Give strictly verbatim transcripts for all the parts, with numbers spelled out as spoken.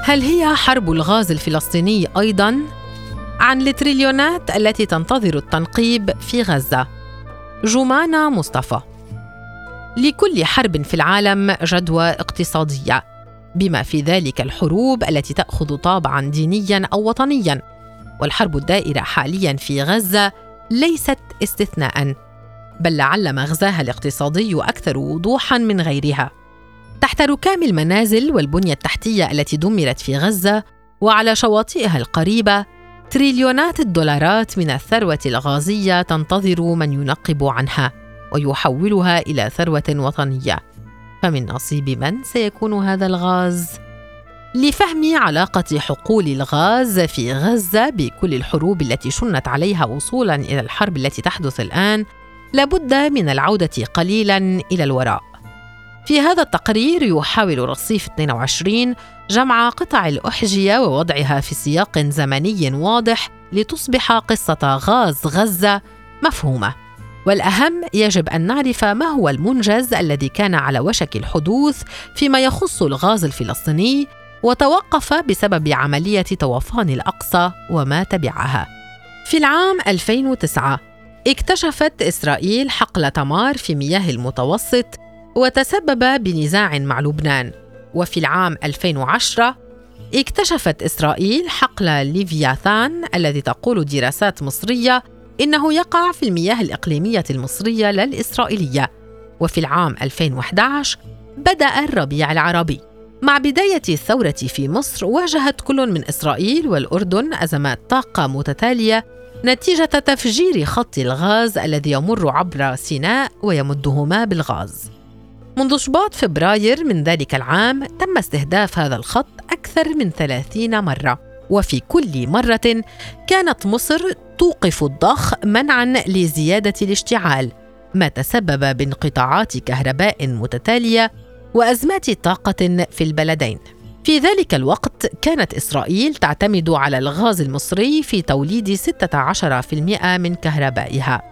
هل هي حرب الغاز الفلسطيني أيضاً؟ عن التريليونات التي تنتظر التنقيب في غزة. جمانة مصطفى. لكل حرب في العالم جدوى اقتصادية، بما في ذلك الحروب التي تأخذ طابعاً دينياً أو وطنياً، والحرب الدائرة حالياً في غزة ليست استثناءً، بل لعل مغزاها الاقتصادي أكثر وضوحاً من غيرها. تحت ركام المنازل والبنية التحتية التي دمرت في غزة وعلى شواطئها القريبة تريليونات الدولارات من الثروة الغازية تنتظر من ينقب عنها ويحولها إلى ثروة وطنية. فمن نصيب من سيكون هذا الغاز؟ لفهم علاقة حقول الغاز في غزة بكل الحروب التي شنت عليها وصولاً إلى الحرب التي تحدث الآن، لابد من العودة قليلاً إلى الوراء. في هذا التقرير يحاول رصيف اثنين وعشرين جمع قطع الأحجية ووضعها في سياق زمني واضح لتصبح قصة غاز غزة مفهومة. والأهم، يجب أن نعرف ما هو المنجز الذي كان على وشك الحدوث فيما يخص الغاز الفلسطيني وتوقف بسبب عملية طوفان الأقصى وما تبعها. في العام ألفين وتسعة اكتشفت إسرائيل حقل تمار في مياه المتوسط وتسبب بنزاع مع لبنان. وفي العام ألفين وعشرة اكتشفت إسرائيل حقل ليفياثان الذي تقول دراسات مصرية إنه يقع في المياه الإقليمية المصرية لا الإسرائيلية. وفي العام ألفين وأحد عشر بدأ الربيع العربي. مع بداية الثورة في مصر واجهت كل من إسرائيل والأردن أزمات طاقة متتالية نتيجة تفجير خط الغاز الذي يمر عبر سيناء ويمدهما بالغاز. منذ شباط فبراير من ذلك العام تم استهداف هذا الخط أكثر من ثلاثين مرة، وفي كل مرة كانت مصر توقف الضخ منعاً لزيادة الاشتعال، ما تسبب بانقطاعات كهرباء متتالية وأزمات طاقة في البلدين. في ذلك الوقت كانت إسرائيل تعتمد على الغاز المصري في توليد ستة عشر بالمئة من كهربائها،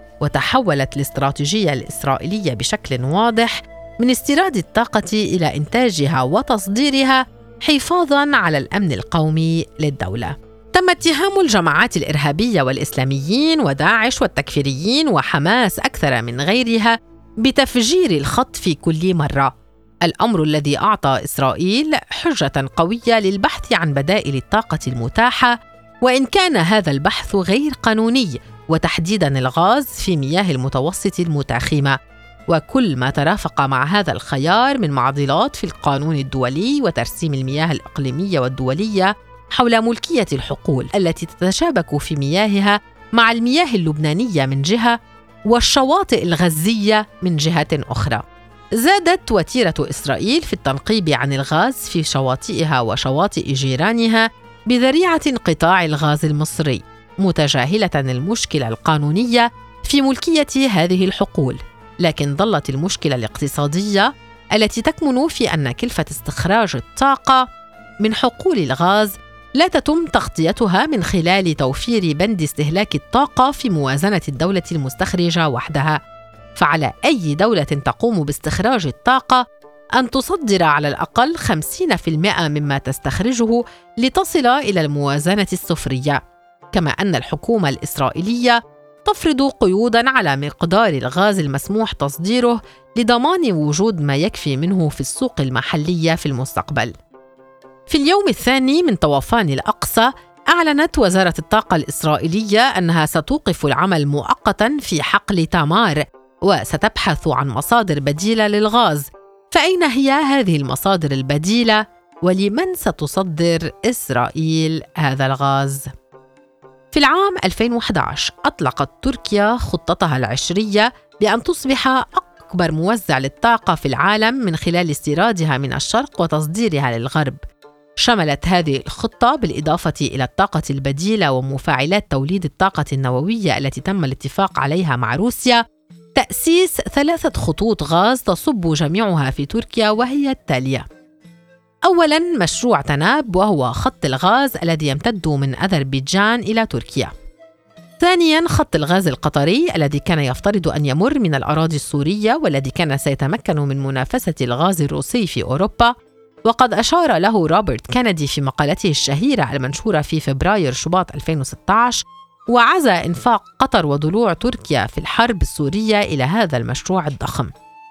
وتحولت الاستراتيجية الإسرائيلية بشكل واضح من استيراد الطاقة إلى إنتاجها وتصديرها حفاظاً على الأمن القومي للدولة. تم اتهام الجماعات الإرهابية والإسلاميين وداعش والتكفيريين وحماس أكثر من غيرها بتفجير الخط في كل مرة، الأمر الذي أعطى إسرائيل حجة قوية للبحث عن بدائل الطاقة المتاحة، وإن كان هذا البحث غير قانوني، وتحديداً الغاز في مياه المتوسط المتاخمة، وكل ما ترافق مع هذا الخيار من معضلات في القانون الدولي وترسيم المياه الإقليمية والدولية حول ملكية الحقول التي تتشابك في مياهها مع المياه اللبنانية من جهة والشواطئ الغزية من جهة أخرى. زادت وتيرة إسرائيل في التنقيب عن الغاز في شواطئها وشواطئ جيرانها بذريعة انقطاع الغاز المصري، متجاهلة المشكلة القانونية في ملكية هذه الحقول. لكن ظلت المشكلة الاقتصادية التي تكمن في أن كلفة استخراج الطاقة من حقول الغاز لا تتم تغطيتها من خلال توفير بند استهلاك الطاقة في موازنة الدولة المستخرجة وحدها. فعلى أي دولة تقوم باستخراج الطاقة أن تصدر على الأقل خمسين بالمئة مما تستخرجه لتصل إلى الموازنة الصفرية. كما أن الحكومة الإسرائيلية تفرض قيوداً على مقدار الغاز المسموح تصديره لضمان وجود ما يكفي منه في السوق المحلية في المستقبل. في اليوم الثاني من طوفان الأقصى أعلنت وزارة الطاقة الإسرائيلية أنها ستوقف العمل مؤقتاً في حقل تامار وستبحث عن مصادر بديلة للغاز. فأين هي هذه المصادر البديلة ولمن ستصدر إسرائيل هذا الغاز؟ في العام ألفين وأحد عشر أطلقت تركيا خطتها العشرية بأن تصبح أكبر موزع للطاقة في العالم من خلال استيرادها من الشرق وتصديرها للغرب. شملت هذه الخطة بالإضافة إلى الطاقة البديلة ومفاعلات توليد الطاقة النووية التي تم الاتفاق عليها مع روسيا تأسيس ثلاثة خطوط غاز تصب جميعها في تركيا، وهي التالية: أولاً مشروع تناب، وهو خط الغاز الذي يمتد من أذربيجان إلى تركيا. ثانياً خط الغاز القطري الذي كان يفترض أن يمر من الأراضي السورية والذي كان سيتمكن من منافسة الغاز الروسي في أوروبا. وقد أشار له روبرت كينيدي في مقالته الشهيرة المنشورة في فبراير شباط ألفين وستة عشر، وعزى إنفاق قطر وضلوع تركيا في الحرب السورية إلى هذا المشروع الضخم.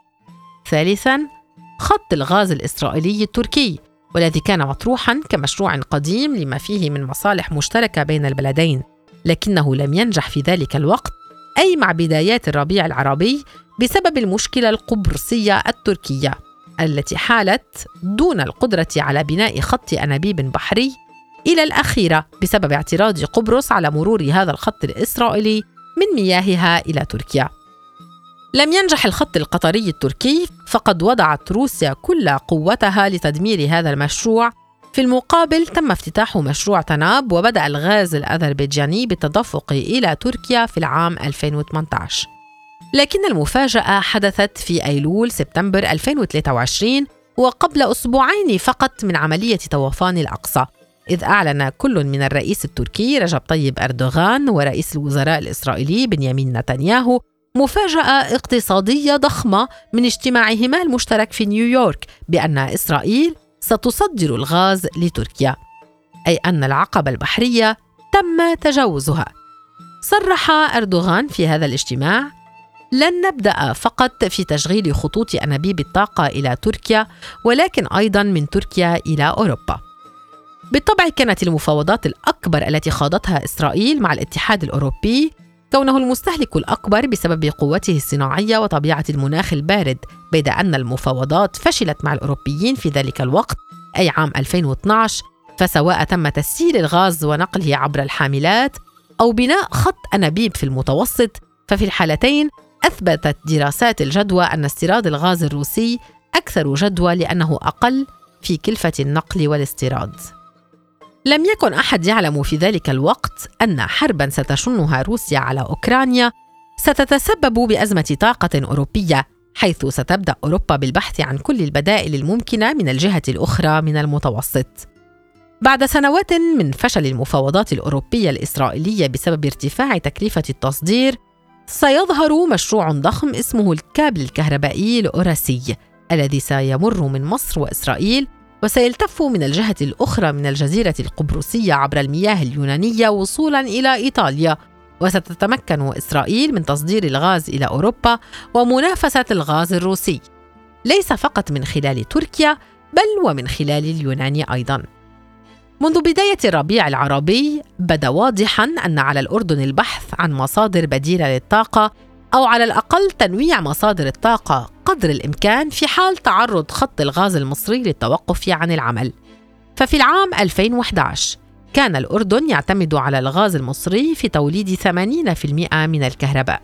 ثالثاً، خط الغاز الإسرائيلي التركي، والذي كان مطروحاً كمشروع قديم لما فيه من مصالح مشتركة بين البلدين، لكنه لم ينجح في ذلك الوقت، أي مع بدايات الربيع العربي، بسبب المشكلة القبرصية التركية التي حالت دون القدرة على بناء خط أنابيب بحري إلى الأخيرة بسبب اعتراض قبرص على مرور هذا الخط الإسرائيلي من مياهها إلى تركيا. لم ينجح الخط القطري التركي، فقد وضعت روسيا كل قوتها لتدمير هذا المشروع. في المقابل تم افتتاح مشروع تناب، وبدأ الغاز الأذربيجاني بالتدفق إلى تركيا في العام ألفين وثمانية عشر. لكن المفاجأة حدثت في أيلول سبتمبر ألفين وثلاثة وعشرين، وقبل أسبوعين فقط من عملية طوفان الأقصى، إذ أعلن كل من الرئيس التركي رجب طيب أردوغان ورئيس الوزراء الإسرائيلي بنيامين نتنياهو مفاجأة اقتصادية ضخمة من اجتماعهما المشترك في نيويورك بأن إسرائيل ستصدر الغاز لتركيا، أي أن العقبة البحرية تم تجاوزها. صرح أردوغان في هذا الاجتماع: لن نبدأ فقط في تشغيل خطوط أنابيب الطاقة إلى تركيا، ولكن أيضاً من تركيا إلى أوروبا. بالطبع كانت المفاوضات الأكبر التي خاضتها إسرائيل مع الاتحاد الأوروبي، كونه المستهلك الأكبر بسبب قوته الصناعية وطبيعة المناخ البارد، بيد أن المفاوضات فشلت مع الأوروبيين في ذلك الوقت، أي عام ألفين واثني عشر، فسواء تم تسييل الغاز ونقله عبر الحاملات أو بناء خط أنابيب في المتوسط، ففي الحالتين أثبتت دراسات الجدوى أن استيراد الغاز الروسي أكثر جدوى لأنه أقل في كلفة النقل والاستيراد. لم يكن أحد يعلم في ذلك الوقت أن حرباً ستشنها روسيا على أوكرانيا ستتسبب بأزمة طاقة أوروبية، حيث ستبدأ أوروبا بالبحث عن كل البدائل الممكنة من الجهة الأخرى من المتوسط. بعد سنوات من فشل المفاوضات الأوروبية الإسرائيلية بسبب ارتفاع تكلفة التصدير، سيظهر مشروع ضخم اسمه الكابل الكهربائي الأوراسي، الذي سيمر من مصر وإسرائيل وسيلتف من الجهة الأخرى من الجزيرة القبرصية عبر المياه اليونانية وصولاً إلى إيطاليا، وستتمكن إسرائيل من تصدير الغاز إلى أوروبا ومنافسة الغاز الروسي، ليس فقط من خلال تركيا بل ومن خلال اليونان أيضاً. منذ بداية الربيع العربي بدا واضحاً أن على الأردن البحث عن مصادر بديلة للطاقة، أو على الأقل تنويع مصادر الطاقة قدر الإمكان في حال تعرض خط الغاز المصري للتوقف عن العمل. ففي العام ألفين وأحد عشر كان الأردن يعتمد على الغاز المصري في توليد ثمانين بالمئة من الكهرباء.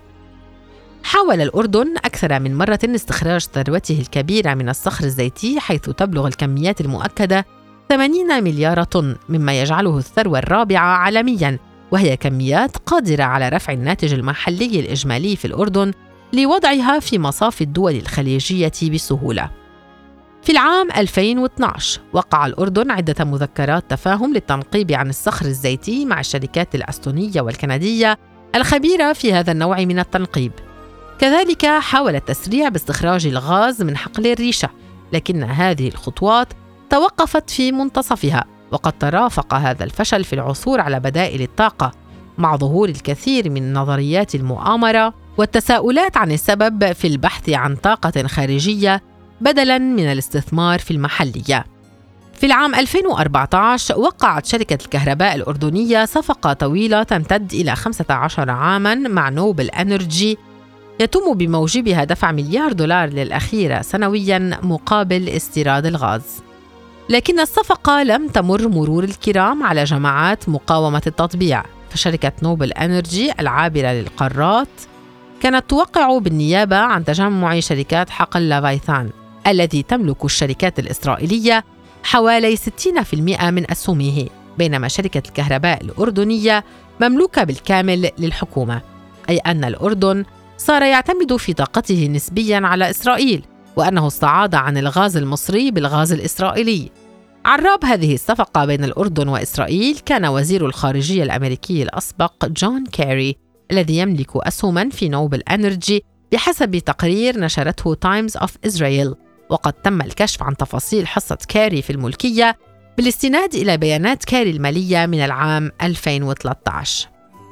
حاول الأردن أكثر من مرة استخراج ثروته الكبيرة من الصخر الزيتي، حيث تبلغ الكميات المؤكدة ثمانين مليار طن، مما يجعله الثروة الرابعة عالمياً، وهي كميات قادرة على رفع الناتج المحلي الإجمالي في الأردن لوضعها في مصاف الدول الخليجية بسهولة. في العام ألفين واثني عشر وقع الأردن عدة مذكرات تفاهم للتنقيب عن الصخر الزيتي مع الشركات الأستونية والكندية الخبيرة في هذا النوع من التنقيب. كذلك حاول التسريع باستخراج الغاز من حقل الريشة، لكن هذه الخطوات توقفت في منتصفها، وقد ترافق هذا الفشل في العثور على بدائل الطاقة مع ظهور الكثير من نظريات المؤامرة والتساؤلات عن السبب في البحث عن طاقة خارجية بدلاً من الاستثمار في المحلية. في العام ألفين وأربعة عشر وقعت شركة الكهرباء الأردنية صفقة طويلة تمتد إلى خمسة عشر عاماً مع نوبل أنرجي، يتم بموجبها دفع مليار دولار للأخيرة سنوياً مقابل استيراد الغاز. لكن الصفقة لم تمر مرور الكرام على جماعات مقاومة التطبيع، فشركة نوبل أنرجي العابرة للقارات كانت توقع بالنيابة عن تجمع شركات حقل لافايثان الذي تملك الشركات الإسرائيلية حوالي ستين بالمئة من أسهمه، بينما شركة الكهرباء الأردنية مملوكة بالكامل للحكومة، أي أن الأردن صار يعتمد في طاقته نسبياً على إسرائيل، وأنه استعاض عن الغاز المصري بالغاز الإسرائيلي. عراب هذه الصفقة بين الأردن وإسرائيل كان وزير الخارجية الأمريكي الأسبق جون كيري، الذي يملك أسهماً في نوبل أنرجي بحسب تقرير نشرته تايمز أوف إسرائيل. وقد تم الكشف عن تفاصيل حصة كاري في الملكية بالاستناد إلى بيانات كاري المالية من العام ألفين وثلاثة عشر.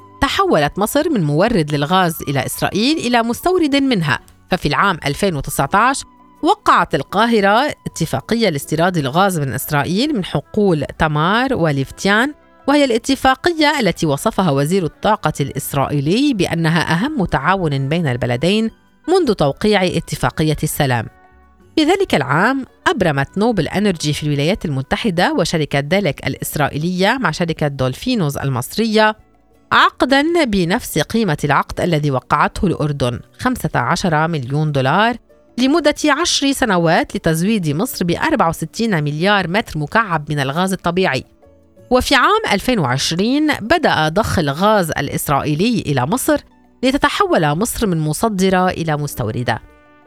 تحولت مصر من مورد للغاز إلى إسرائيل إلى مستورد منها، ففي العام ألفين وتسعة عشر وقعت القاهرة اتفاقية لاستيراد الغاز من إسرائيل من حقول تمار وليفتيان، وهي الاتفاقية التي وصفها وزير الطاقة الإسرائيلي بأنها أهم تعاون بين البلدين منذ توقيع اتفاقية السلام. في ذلك العام أبرمت نوبل أنرجي في الولايات المتحدة وشركة ديلك الإسرائيلية مع شركة دولفينوز المصرية عقداً بنفس قيمة العقد الذي وقعته الأردن، خمسة عشر مليون دولار لمدة عشر سنوات لتزويد مصر ب أربعة وستين مليار متر مكعب من الغاز الطبيعي. وفي عام ألفين وعشرين بدأ ضخ الغاز الإسرائيلي إلى مصر لتتحول مصر من مصدرة إلى مستوردة.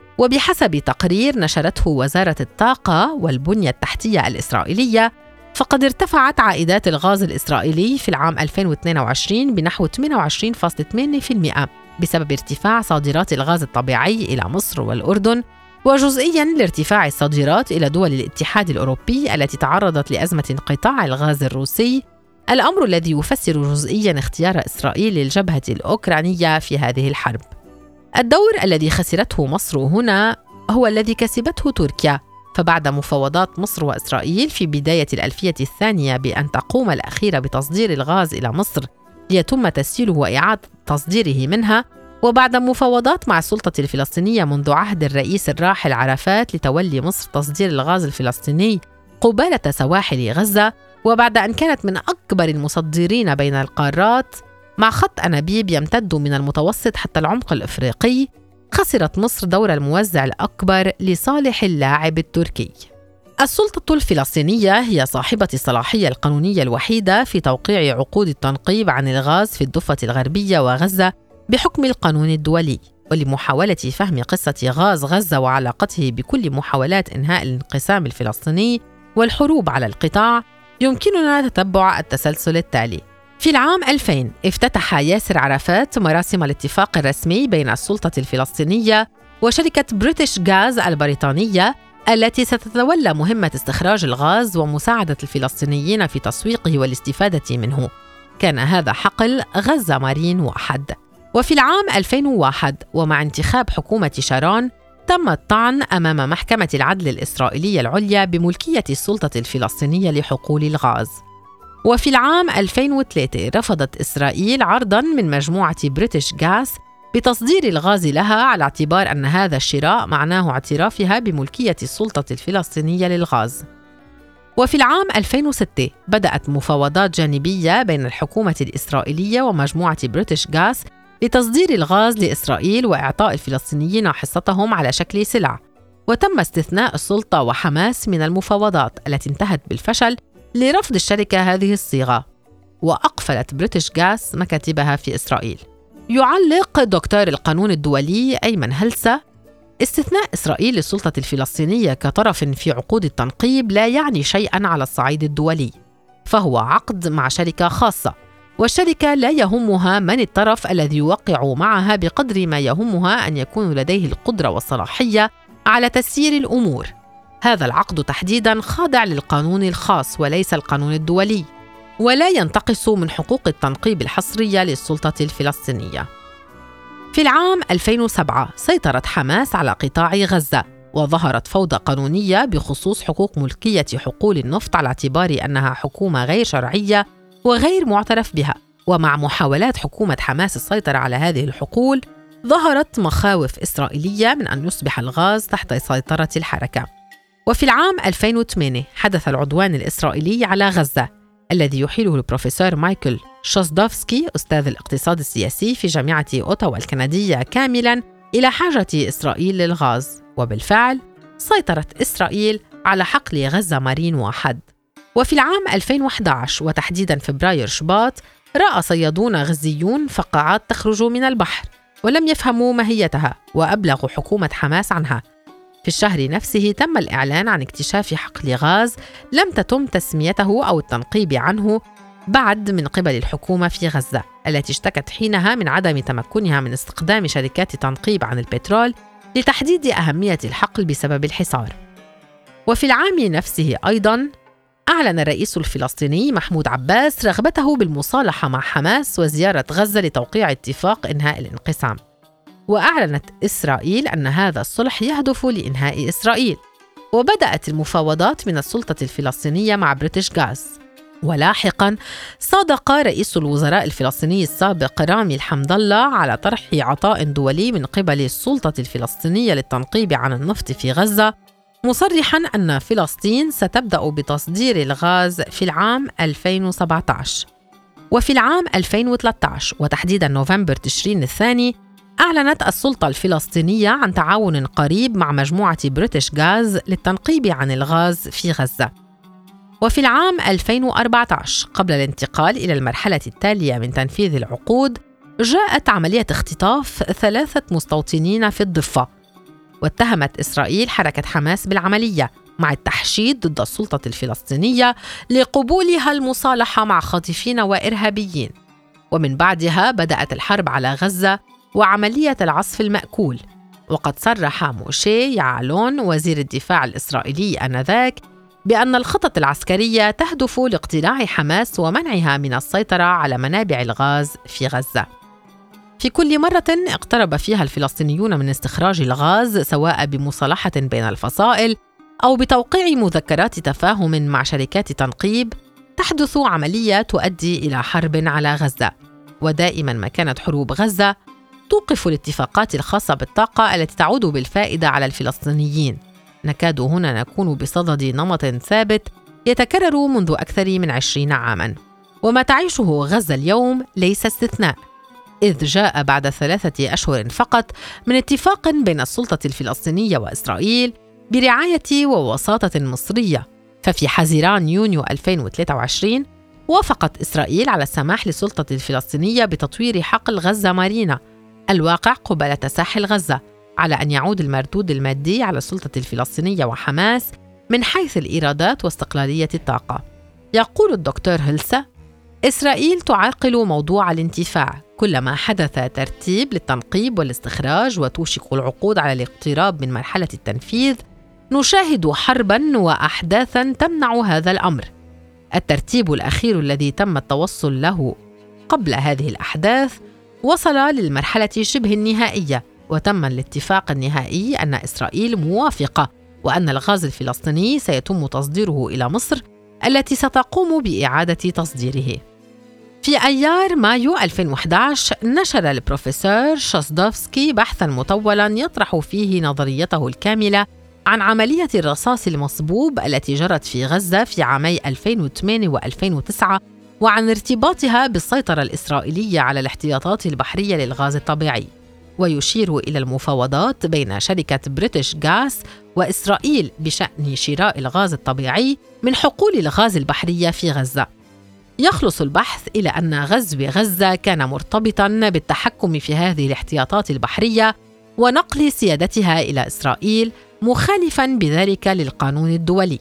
وبحسب تقرير نشرته وزارة الطاقة والبنية التحتية الإسرائيلية، فقد ارتفعت عائدات الغاز الإسرائيلي في العام ألفين واثنين وعشرين بنحو ثمانية وعشرين فاصلة ثمانية بالمئة بسبب ارتفاع صادرات الغاز الطبيعي إلى مصر والأردن، وجزئياً لارتفاع الصادرات إلى دول الاتحاد الأوروبي التي تعرضت لأزمة انقطاع الغاز الروسي، الأمر الذي يفسر جزئياً اختيار إسرائيل للجبهة الأوكرانية في هذه الحرب. الدور الذي خسرته مصر هنا هو الذي كسبته تركيا، فبعد مفاوضات مصر وإسرائيل في بداية الألفية الثانية بأن تقوم الأخيرة بتصدير الغاز إلى مصر ليتم تسييله وإعادة تصديره منها، وبعد مفاوضات مع السلطة الفلسطينية منذ عهد الرئيس الراحل عرفات لتولي مصر تصدير الغاز الفلسطيني قبالة سواحل غزة، وبعد أن كانت من أكبر المصدرين بين القارات مع خط أنابيب يمتد من المتوسط حتى العمق الإفريقي، خسرت مصر دور الموزع الأكبر لصالح اللاعب التركي. السلطة الفلسطينية هي صاحبة الصلاحية القانونية الوحيدة في توقيع عقود التنقيب عن الغاز في الضفة الغربية وغزة بحكم القانون الدولي. ولمحاولة فهم قصة غاز غزة وعلاقته بكل محاولات إنهاء الانقسام الفلسطيني والحروب على القطاع، يمكننا تتبع التسلسل التالي. في العام ألفين افتتح ياسر عرفات مراسم الاتفاق الرسمي بين السلطة الفلسطينية وشركة بريتش غاز البريطانية التي ستتولى مهمة استخراج الغاز ومساعدة الفلسطينيين في تسويقه والاستفادة منه. كان هذا حقل غزة مارين واحد. وفي العام ألفين وواحد ومع انتخاب حكومة شارون تم الطعن أمام محكمة العدل الإسرائيلية العليا بملكية السلطة الفلسطينية لحقول الغاز. وفي العام ألفين وثلاثة رفضت إسرائيل عرضاً من مجموعة بريتش غاز بتصدير الغاز لها على اعتبار أن هذا الشراء معناه اعترافها بملكية السلطة الفلسطينية للغاز. وفي العام ألفين وستة بدأت مفاوضات جانبية بين الحكومة الإسرائيلية ومجموعة بريتش غاز لتصدير الغاز لإسرائيل وإعطاء الفلسطينيين حصتهم على شكل سلع، وتم استثناء السلطة وحماس من المفاوضات التي انتهت بالفشل لرفض الشركة هذه الصيغة، وأقفلت بريتش غاز مكاتبها في إسرائيل. يعلق دكتور القانون الدولي أيمن هلسة: استثناء إسرائيل للسلطة الفلسطينية كطرف في عقود التنقيب لا يعني شيئاً على الصعيد الدولي، فهو عقد مع شركة خاصة، والشركة لا يهمها من الطرف الذي يوقع معها بقدر ما يهمها أن يكون لديه القدرة والصلاحية على تسيير الأمور. هذا العقد تحديداً خاضع للقانون الخاص وليس القانون الدولي، ولا ينتقص من حقوق التنقيب الحصرية للسلطة الفلسطينية. في العام ألفين وسبعة سيطرت حماس على قطاع غزة، وظهرت فوضى قانونية بخصوص حقوق ملكية حقول النفط على اعتبار أنها حكومة غير شرعية وغير معترف بها. ومع محاولات حكومة حماس السيطرة على هذه الحقول، ظهرت مخاوف إسرائيلية من أن يصبح الغاز تحت سيطرة الحركة. وفي العام ألفين وثمانية حدث العدوان الإسرائيلي على غزة الذي يحيله البروفيسور مايكل شوزدوفسكي أستاذ الاقتصاد السياسي في جامعة أوتاوا الكندية كاملاً إلى حاجة إسرائيل للغاز، وبالفعل سيطرت إسرائيل على حقل غزة مارين واحد. وفي العام ألفين وأحد عشر وتحديداً فبراير شباط رأى صيادون غزيون فقاعات تخرج من البحر ولم يفهموا ماهيتها، وأبلغوا حكومة حماس عنها. في الشهر نفسه تم الإعلان عن اكتشاف حقل غاز لم تتم تسميته أو التنقيب عنه بعد من قبل الحكومة في غزة، التي اشتكت حينها من عدم تمكنها من استخدام شركات تنقيب عن البترول لتحديد أهمية الحقل بسبب الحصار. وفي العام نفسه أيضاً أعلن الرئيس الفلسطيني محمود عباس رغبته بالمصالحة مع حماس وزيارة غزة لتوقيع اتفاق إنهاء الانقسام. وأعلنت إسرائيل أن هذا الصلح يهدف لإنهاء إسرائيل، وبدأت المفاوضات من السلطة الفلسطينية مع بريتش غاز. ولاحقاً صادق رئيس الوزراء الفلسطيني السابق رامي الحمد الله على طرح عطاء دولي من قبل السلطة الفلسطينية للتنقيب عن النفط في غزة، مصرحاً أن فلسطين ستبدأ بتصدير الغاز في العام ألفين وسبعة عشر. وفي العام ألفين وثلاثة عشر وتحديداً نوفمبر تشرين الثاني، أعلنت السلطة الفلسطينية عن تعاون قريب مع مجموعة بريتش غاز للتنقيب عن الغاز في غزة. وفي العام ألفين وأربعة عشر قبل الانتقال إلى المرحلة التالية من تنفيذ العقود، جاءت عملية اختطاف ثلاثة مستوطنين في الضفة، واتهمت إسرائيل حركة حماس بالعملية، مع التحشيد ضد السلطة الفلسطينية لقبولها المصالحة مع خاطفين وإرهابيين. ومن بعدها بدأت الحرب على غزة وعملية العصف المأكول. وقد صرح موشي يعلون وزير الدفاع الإسرائيلي آنذاك بأن الخطط العسكرية تهدف لاقتلاع حماس ومنعها من السيطرة على منابع الغاز في غزة. في كل مرة اقترب فيها الفلسطينيون من استخراج الغاز، سواء بمصالحة بين الفصائل أو بتوقيع مذكرات تفاهم مع شركات تنقيب، تحدث عملية تؤدي إلى حرب على غزة. ودائما ما كانت حروب غزة توقف الاتفاقات الخاصة بالطاقة التي تعود بالفائدة على الفلسطينيين. نكاد هنا نكون بصدد نمط ثابت يتكرر منذ أكثر من عشرين عاماً. وما تعيشه غزة اليوم ليس استثناء، إذ جاء بعد ثلاثة أشهر فقط من اتفاق بين السلطة الفلسطينية وإسرائيل برعاية ووساطة مصرية. ففي حزيران يونيو ألفين وثلاثة وعشرين وافقت إسرائيل على السماح للسلطة الفلسطينية بتطوير حقل غزة مارينا الواقع قبالة ساحل غزة، على أن يعود المردود المادي على السلطة الفلسطينية وحماس من حيث الإيرادات واستقلالية الطاقة. يقول الدكتور هلسة: إسرائيل تعرقل موضوع الانتفاع، كلما حدث ترتيب للتنقيب والاستخراج وتوشك العقود على الاقتراب من مرحلة التنفيذ، نشاهد حرباً وأحداثاً تمنع هذا الأمر. الترتيب الأخير الذي تم التوصل له قبل هذه الأحداث وصل للمرحلة شبه النهائية، وتم الاتفاق النهائي أن إسرائيل موافقة وأن الغاز الفلسطيني سيتم تصديره إلى مصر التي ستقوم بإعادة تصديره. في أيار مايو ألفين وأحد عشر نشر البروفيسور شاسدوفسكي بحثاً مطولاً يطرح فيه نظريته الكاملة عن عملية الرصاص المصبوب التي جرت في غزة في عامي ألفين وثمانية وألفين وتسعة، وعن ارتباطها بالسيطرة الإسرائيلية على الاحتياطات البحرية للغاز الطبيعي. ويشير إلى المفاوضات بين شركة بريتش غاز وإسرائيل بشأن شراء الغاز الطبيعي من حقول الغاز البحرية في غزة. يخلص البحث إلى أن غزو غزة كان مرتبطاً بالتحكم في هذه الاحتياطات البحرية ونقل سيادتها إلى إسرائيل، مخالفاً بذلك للقانون الدولي.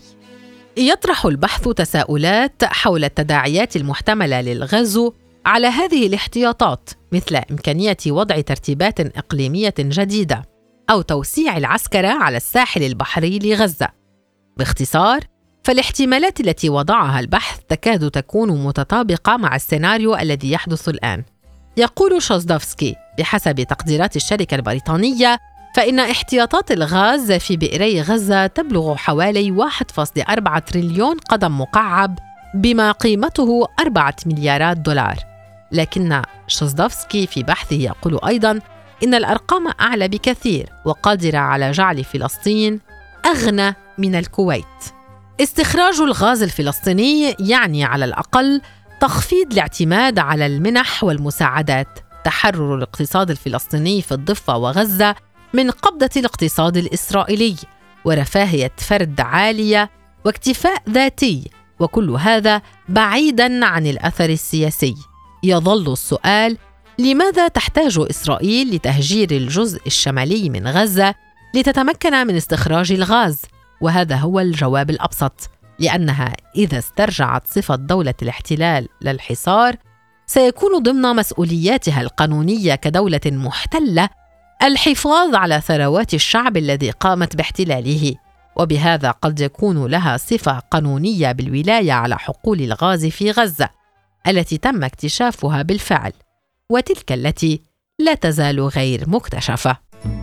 يطرح البحث تساؤلات حول التداعيات المحتملة للغزو على هذه الاحتياطات، مثل إمكانية وضع ترتيبات إقليمية جديدة أو توسيع العسكرة على الساحل البحري لغزة. باختصار، فالاحتمالات التي وضعها البحث تكاد تكون متطابقة مع السيناريو الذي يحدث الآن. يقول شاسدوفسكي: بحسب تقديرات الشركة البريطانية، فإن احتياطات الغاز في بئري غزة تبلغ حوالي واحد فاصلة أربعة تريليون قدم مكعب، بما قيمته أربعة مليارات دولار. لكن شاسدوفسكي في بحثه يقول أيضاً إن الأرقام أعلى بكثير وقادرة على جعل فلسطين أغنى من الكويت. استخراج الغاز الفلسطيني يعني على الأقل تخفيض الاعتماد على المنح والمساعدات، تحرر الاقتصاد الفلسطيني في الضفة وغزة من قبضة الاقتصاد الإسرائيلي، ورفاهية فرد عالية واكتفاء ذاتي، وكل هذا بعيداً عن الأثر السياسي. يظل السؤال: لماذا تحتاج إسرائيل لتهجير الجزء الشمالي من غزة لتتمكن من استخراج الغاز؟ وهذا هو الجواب الأبسط: لأنها إذا استرجعت صفة دولة الاحتلال للحصار، سيكون ضمن مسؤولياتها القانونية كدولة محتلة الحفاظ على ثروات الشعب الذي قامت باحتلاله، وبهذا قد يكون لها صفة قانونية بالولاية على حقول الغاز في غزة التي تم اكتشافها بالفعل، وتلك التي لا تزال غير مكتشفة.